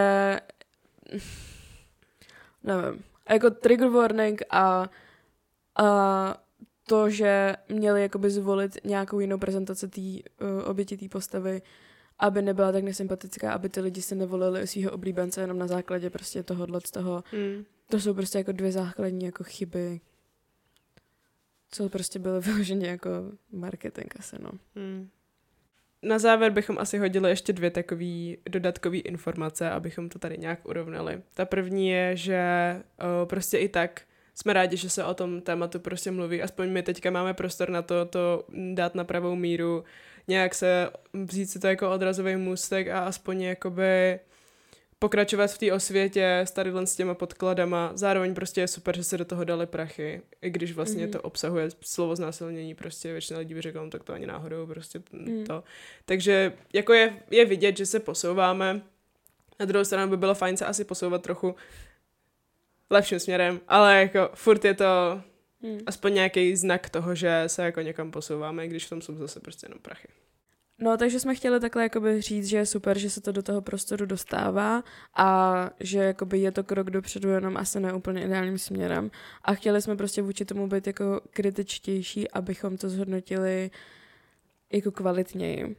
nevím. A jako trigger warning a, a to, že měli jakoby zvolit nějakou jinou prezentaci té uh, oběti té postavy, aby nebyla tak nesympatická, aby ty lidi si nevolili svého oblíbence jenom na základě prostě tohohle z toho. Mm. To jsou prostě jako dvě základní jako chyby, co prostě byly vyloženě jako marketing asi, no. Mm. Na závěr bychom asi hodili ještě dvě takové dodatkové informace, abychom to tady nějak urovnali. Ta první je, že o, prostě i tak jsme rádi, že se o tom tématu prostě mluví. Aspoň my teďka máme prostor na to, to dát na pravou míru, nějak se vzít si to jako odrazový můstek a aspoň jakoby pokračovat v té osvětě s tadyhle s těma podkladama. Zároveň prostě je super, že se do toho dali prachy, i když vlastně mm-hmm. to obsahuje slovo znásilnění, prostě většina lidí by řekla, no, tak to ani náhodou, prostě mm. to. Takže jako je, je vidět, že se posouváme. Na druhou stranu by bylo fajn se asi posouvat trochu lepším směrem, ale jako furt je to mm. aspoň nějaký znak toho, že se jako někam posouváme, když v tom jsou zase prostě jenom prachy. No, takže jsme chtěli takhle jakoby říct, že je super, že se to do toho prostoru dostává a že jakoby je to krok dopředu, jenom asi ne úplně ideálním směrem. A chtěli jsme prostě vůči tomu být jako kritičtější, abychom to zhodnotili jako kvalitněji.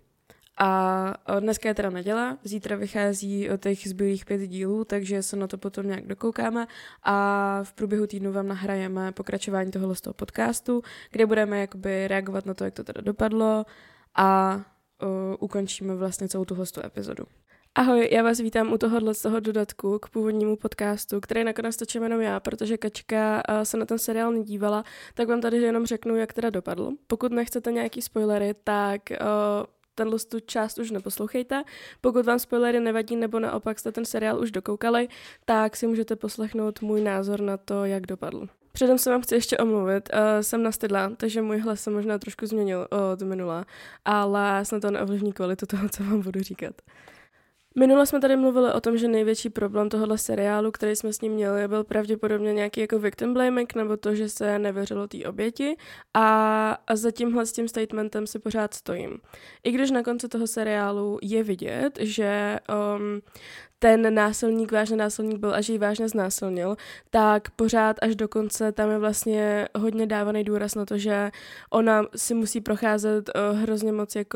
A dneska je teda neděle, zítra vychází o těch zbylých pět dílů, takže se na to potom nějak dokoukáme a v průběhu týdnu vám nahrajeme pokračování tohohle z toho podcastu, kde budeme jakoby reagovat na to, jak to teda dopadlo a uh, ukončíme vlastně celou tuhle epizodu. Ahoj, já vás vítám u tohohle z toho dodatku k původnímu podcastu, který nakonec točím jenom já, protože Kačka uh, se na ten seriál nedívala, tak vám tady jenom řeknu, jak teda dopadl. Pokud nechcete nějaký spoilery, tak uh, tenhle tu část už neposlouchejte. Pokud vám spoilery nevadí nebo naopak jste ten seriál už dokoukali, tak si můžete poslechnout můj názor na to, jak dopadl. Předem se vám chci ještě omluvit, uh, jsem nastydlá, takže můj hlas se možná trošku změnil od minula, ale snad to neovlivní kvalitu toho, co vám budu říkat. Minule jsme tady mluvili o tom, že největší problém tohohle seriálu, který jsme s ním měli, byl pravděpodobně nějaký jako victim blaming, nebo to, že se nevěřilo té oběti a, a za tímhle s tím statementem si pořád stojím. I když na konci toho seriálu je vidět, že um, ten násilník, vážně násilník byl a že ji vážně znásilnil, tak pořád až do konce tam je vlastně hodně dávaný důraz na to, že ona si musí procházet uh, hrozně moc jako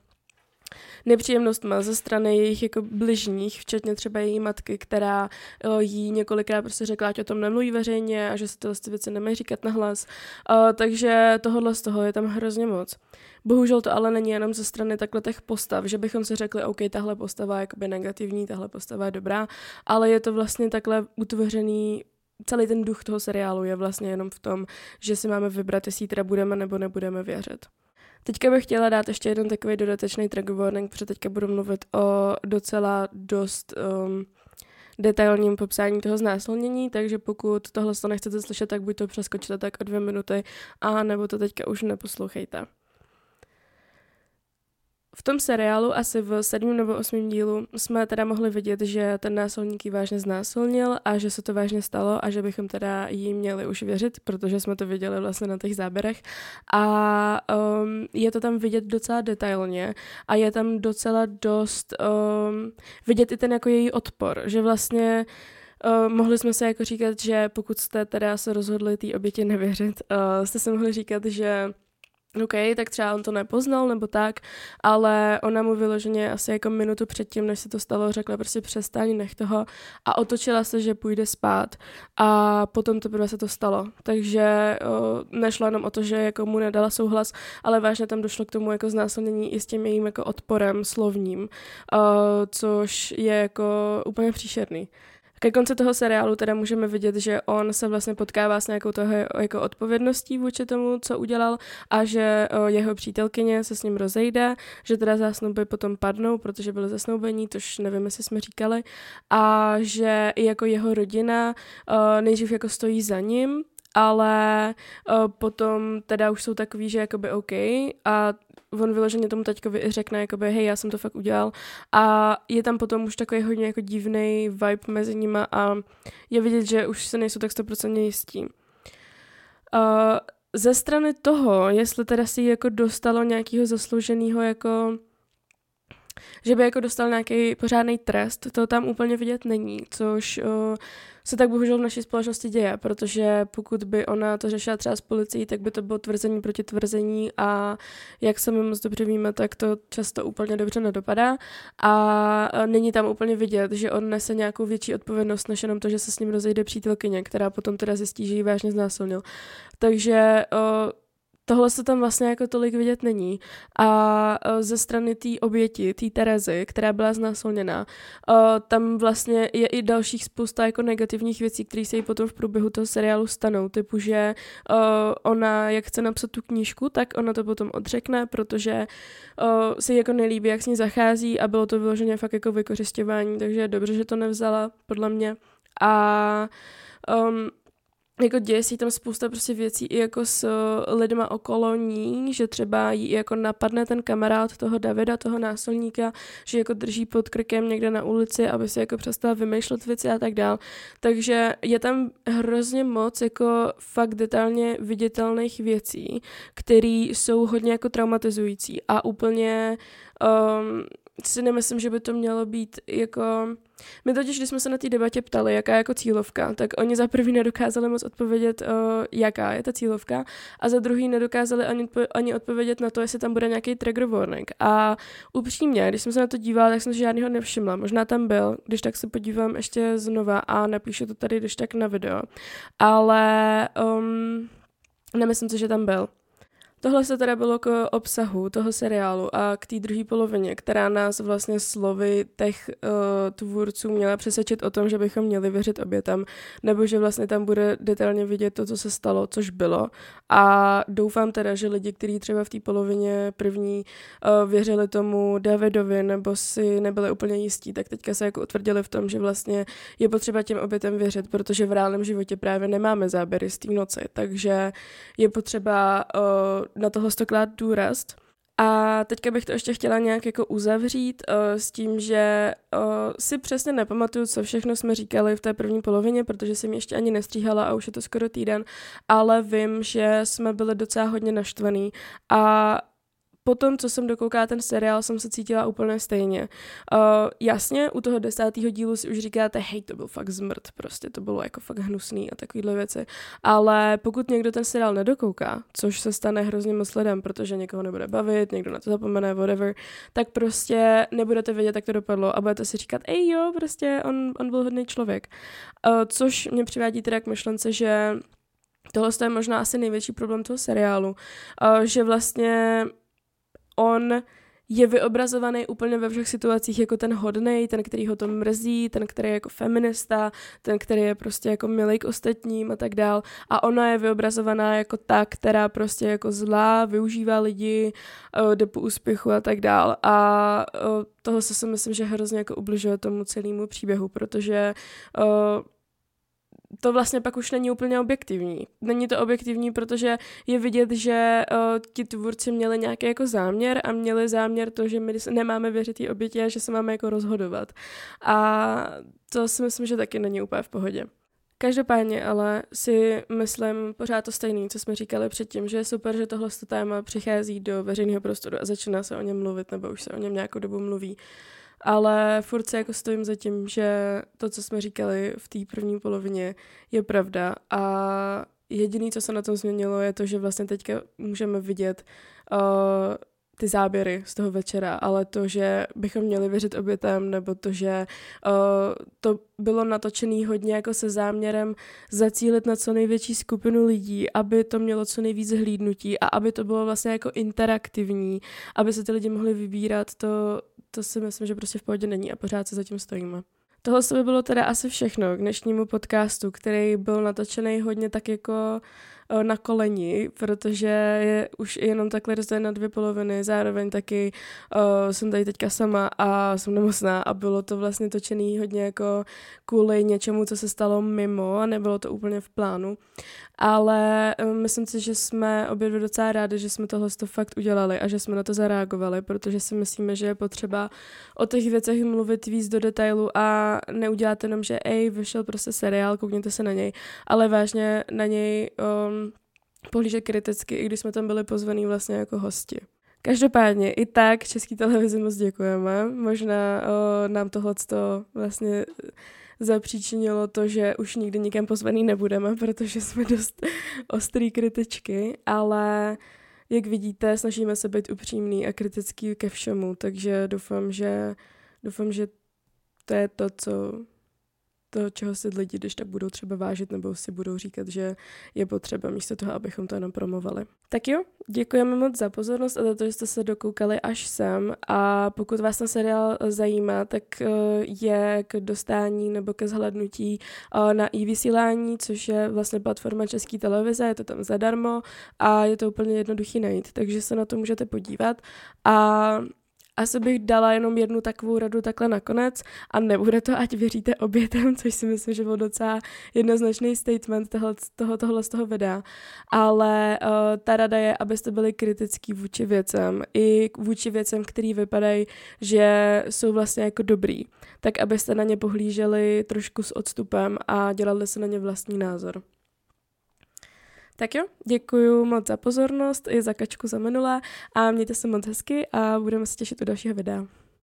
nepříjemnostma ze strany jejich jako bližních, včetně třeba její matky, která o, jí několikrát prostě řekla, ať o tom nemluví veřejně a že se tyhle věci nemají říkat nahlas. O, takže tohohle z toho je tam hrozně moc. Bohužel to ale není jenom ze strany takhle těch postav, že bychom si řekli, OK, tahle postava je jakoby negativní, tahle postava je dobrá, ale je to vlastně takhle utvořený. Celý ten duch toho seriálu je vlastně jenom v tom, že si máme vybrat, jestli teda budeme nebo nebudeme věřit. Teďka bych chtěla dát ještě jeden takový dodatečný trigger warning, protože teďka budu mluvit o docela dost um, detailním popsání toho znásilnění, takže pokud tohle to nechcete slyšet, tak buď to přeskočte tak o dvě minuty, a nebo to teďka už neposlouchejte. V tom seriálu asi v sedmém nebo osmém dílu jsme teda mohli vidět, že ten násilník ji vážně znásilnil a že se to vážně stalo a že bychom teda jí měli už věřit, protože jsme to viděli vlastně na těch záběrech. A um, je to tam vidět docela detailně a je tam docela dost um, vidět i ten jako její odpor, že vlastně Uh, mohli jsme se jako říkat, že pokud jste teda se rozhodli té oběti nevěřit, uh, jste se mohli říkat, že OK, tak třeba on to nepoznal nebo tak, ale ona mu vyloženě asi jako minutu předtím, než se to stalo, řekla prostě přestaň, nech toho a otočila se, že půjde spát a potom teprve se to stalo. Takže o, nešlo jenom o to, že jako mu nedala souhlas, ale vážně tam došlo k tomu jako znásilnění i s tím jejím jako odporem slovním, o, což je jako úplně příšerný. Ke konci toho seriálu teda můžeme vidět, že on se vlastně potkává s nějakou toho jako odpovědností vůči tomu, co udělal a že o, jeho přítelkyně se s ním rozejde, že teda zásnuby potom padnou, protože byly zasnoubení, tož nevím, jestli jsme říkali, a že i jako jeho rodina o, nejdřív jako stojí za ním, ale o, potom teda už jsou takový, že jakoby OK a on vyloženě tomu taťkovi i řekne, jakoby, hej, já jsem to fakt udělal a je tam potom už takový hodně jako divný vibe mezi nima a je vidět, že už se nejsou tak sto procent jistí. Uh, ze strany toho, jestli teda si jako dostalo nějakého zaslouženého jako že by jako dostal nějaký pořádný trest, to tam úplně vidět není, což uh, se tak bohužel v naší společnosti děje, protože pokud by ona to řešila třeba s policií, tak by to bylo tvrzení proti tvrzení a jak sami moc dobře víme, tak to často úplně dobře nedopadá a není tam úplně vidět, že on nese nějakou větší odpovědnost, než jenom to, že se s ním rozejde přítelkyně, která potom teda zjistí, že ji vážně znásilnil. Takže uh, tohle se tam vlastně jako tolik vidět není. A ze strany té oběti, té Terezy, která byla znásilněná, tam vlastně je i dalších spousta jako negativních věcí, které se jí potom v průběhu toho seriálu stanou. Typu, že ona, jak chce napsat tu knížku, tak ona to potom odřekne, protože si jako nelíbí, jak s ní zachází a bylo to vyloženě fakt jako vykořisťování, takže je dobře, že to nevzala, podle mě. A um, jako děje si tam spousta prostě věcí i jako s lidma okolo ní, že třeba jí jako napadne ten kamarád toho Davida, toho násilníka, že jako drží pod krkem někde na ulici, aby si jako přestala vymýšlet věci a tak dál. Takže je tam hrozně moc jako fakt detailně viditelných věcí, které jsou hodně jako traumatizující a úplně um, si nemyslím, že by to mělo být jako... My totiž, když jsme se na té debatě ptali, jaká je jako cílovka, tak oni za prvý nedokázali moc odpovědět, uh, jaká je ta cílovka, a za druhý nedokázali ani, ani odpovědět na to, jestli tam bude nějaký trigger warning. A upřímně, když jsem se na to dívala, tak jsem si žádnýho nevšimla. Možná tam byl, když tak se podívám ještě znova a napíšu to tady, když tak na video. Ale um, nemyslím si, že tam byl. Tohle se teda bylo k obsahu toho seriálu a k té druhé polovině, která nás vlastně slovy těch uh, tvůrců měla přesvědčit o tom, že bychom měli věřit obětem, nebo že vlastně tam bude detailně vidět to, co se stalo, což bylo. A doufám teda, že lidi, kteří třeba v té polovině první uh, věřili tomu Davidovi, nebo si nebyli úplně jistí, tak teďka se jako utvrdili v tom, že vlastně je potřeba těm obětem věřit, protože v reálném životě právě nemáme záběry z té noci, takže je potřeba uh, na tohle stokrát důraz. A teďka bych to ještě chtěla nějak jako uzavřít uh, s tím, že uh, si přesně nepamatuju, co všechno jsme říkali v té první polovině, protože jsem ještě ani nestříhala a už je to skoro týden, ale vím, že jsme byli docela hodně naštvaný a potom, co jsem dokoukala ten seriál, jsem se cítila úplně stejně. Uh, jasně, u toho desátého dílu si už říkáte, hej, to byl fakt zmrt, prostě to bylo jako fakt hnusný a takovýhle věci. Ale pokud někdo ten seriál nedokouká, což se stane hrozně moc lidem, protože někoho nebude bavit, někdo na to zapomene, whatever, tak prostě nebudete vědět, jak to dopadlo a budete si říkat, ej jo, prostě on, on byl hodný člověk. Uh, což mě přivádí teda k myšlence, že tohle je možná asi největší problém toho seriálu, uh, že vlastně on je vyobrazovaný úplně ve všech situacích jako ten hodnej, ten, který ho to mrzí, ten, který je jako feminista, ten, který je prostě jako milý k ostatním a tak dál. A ona je vyobrazovaná jako ta, která prostě jako zlá, využívá lidi, jde po úspěchu a tak dál. A toho se si myslím, že hrozně jako ubližuje tomu celému příběhu, protože to vlastně pak už není úplně objektivní. Není to objektivní, protože je vidět, že uh, ti tvůrci měli nějaký jako záměr a měli záměr to, že my nemáme věřit té oběti a že se máme jako rozhodovat. A to si myslím, že taky není úplně v pohodě. Každopádně ale si myslím pořád to stejný, co jsme říkali předtím, že je super, že tohle téma přichází do veřejného prostoru a začíná se o něm mluvit, nebo už se o něm nějakou dobu mluví. Ale furt se jako stojím za tím, že to, co jsme říkali v té první polovině, je pravda a jediné, co se na tom změnilo, je to, že vlastně teďka můžeme vidět uh, ty záběry z toho večera, ale to, že bychom měli věřit obětem, nebo to, že uh, to bylo natočené hodně jako se záměrem zacílit na co největší skupinu lidí, aby to mělo co nejvíc hlídnutí a aby to bylo vlastně jako interaktivní, aby se ty lidi mohli vybírat, to, to si myslím, že prostě v pohodě není a pořád se za tím stojíme. Tohle by bylo teda asi všechno k dnešnímu podcastu, který byl natočený hodně tak jako na koleni, protože je už jenom takhle rozdělen na dvě poloviny, zároveň taky uh, jsem tady teďka sama a jsem nemocná a bylo to vlastně točený hodně jako kvůli něčemu, co se stalo mimo a nebylo to úplně v plánu, ale um, myslím si, že jsme obě dvě docela rádi, že jsme tohle fakt udělali a že jsme na to zareagovali, protože si myslíme, že je potřeba o těch věcech mluvit víc do detailu a neudělat jenom, že ej, vyšel prostě seriál, koukněte se na něj, ale vážně na něj um, pohlížet kriticky, i když jsme tam byli pozvaní vlastně jako hosti. Každopádně i tak České televizi moc děkujeme. Možná o, nám tohleto vlastně zapříčinilo to, že už nikdy nikam pozvaný nebudeme, protože jsme dost ostrý kritičky, ale jak vidíte, snažíme se být upřímný a kritický ke všemu, takže doufám, že doufám, že to je to, co to, čeho si lidi, když tak budou třeba vážit nebo si budou říkat, že je potřeba místo toho, abychom to jenom promovali. Tak jo, děkujeme moc za pozornost a za to, že jste se dokoukali až sem a pokud vás ten seriál zajímá, tak je k dostání nebo ke zhlédnutí na iVysílání, což je vlastně platforma České televize, je to tam zadarmo a je to úplně jednoduchý najít, takže se na to můžete podívat a asi bych dala jenom jednu takovou radu takhle nakonec a nebude to, ať věříte obětem, což si myslím, že byl docela jednoznačný statement tohle, toho, tohle z toho videa. Ale uh, ta rada je, abyste byli kritický vůči věcem, i vůči věcem, který vypadají, že jsou vlastně jako dobrý, tak abyste na ně pohlíželi trošku s odstupem a dělali si na ně vlastní názor. Tak jo, děkuju moc za pozornost i za Kačku za minulé a mějte se moc hezky a budeme se těšit u dalšího videa.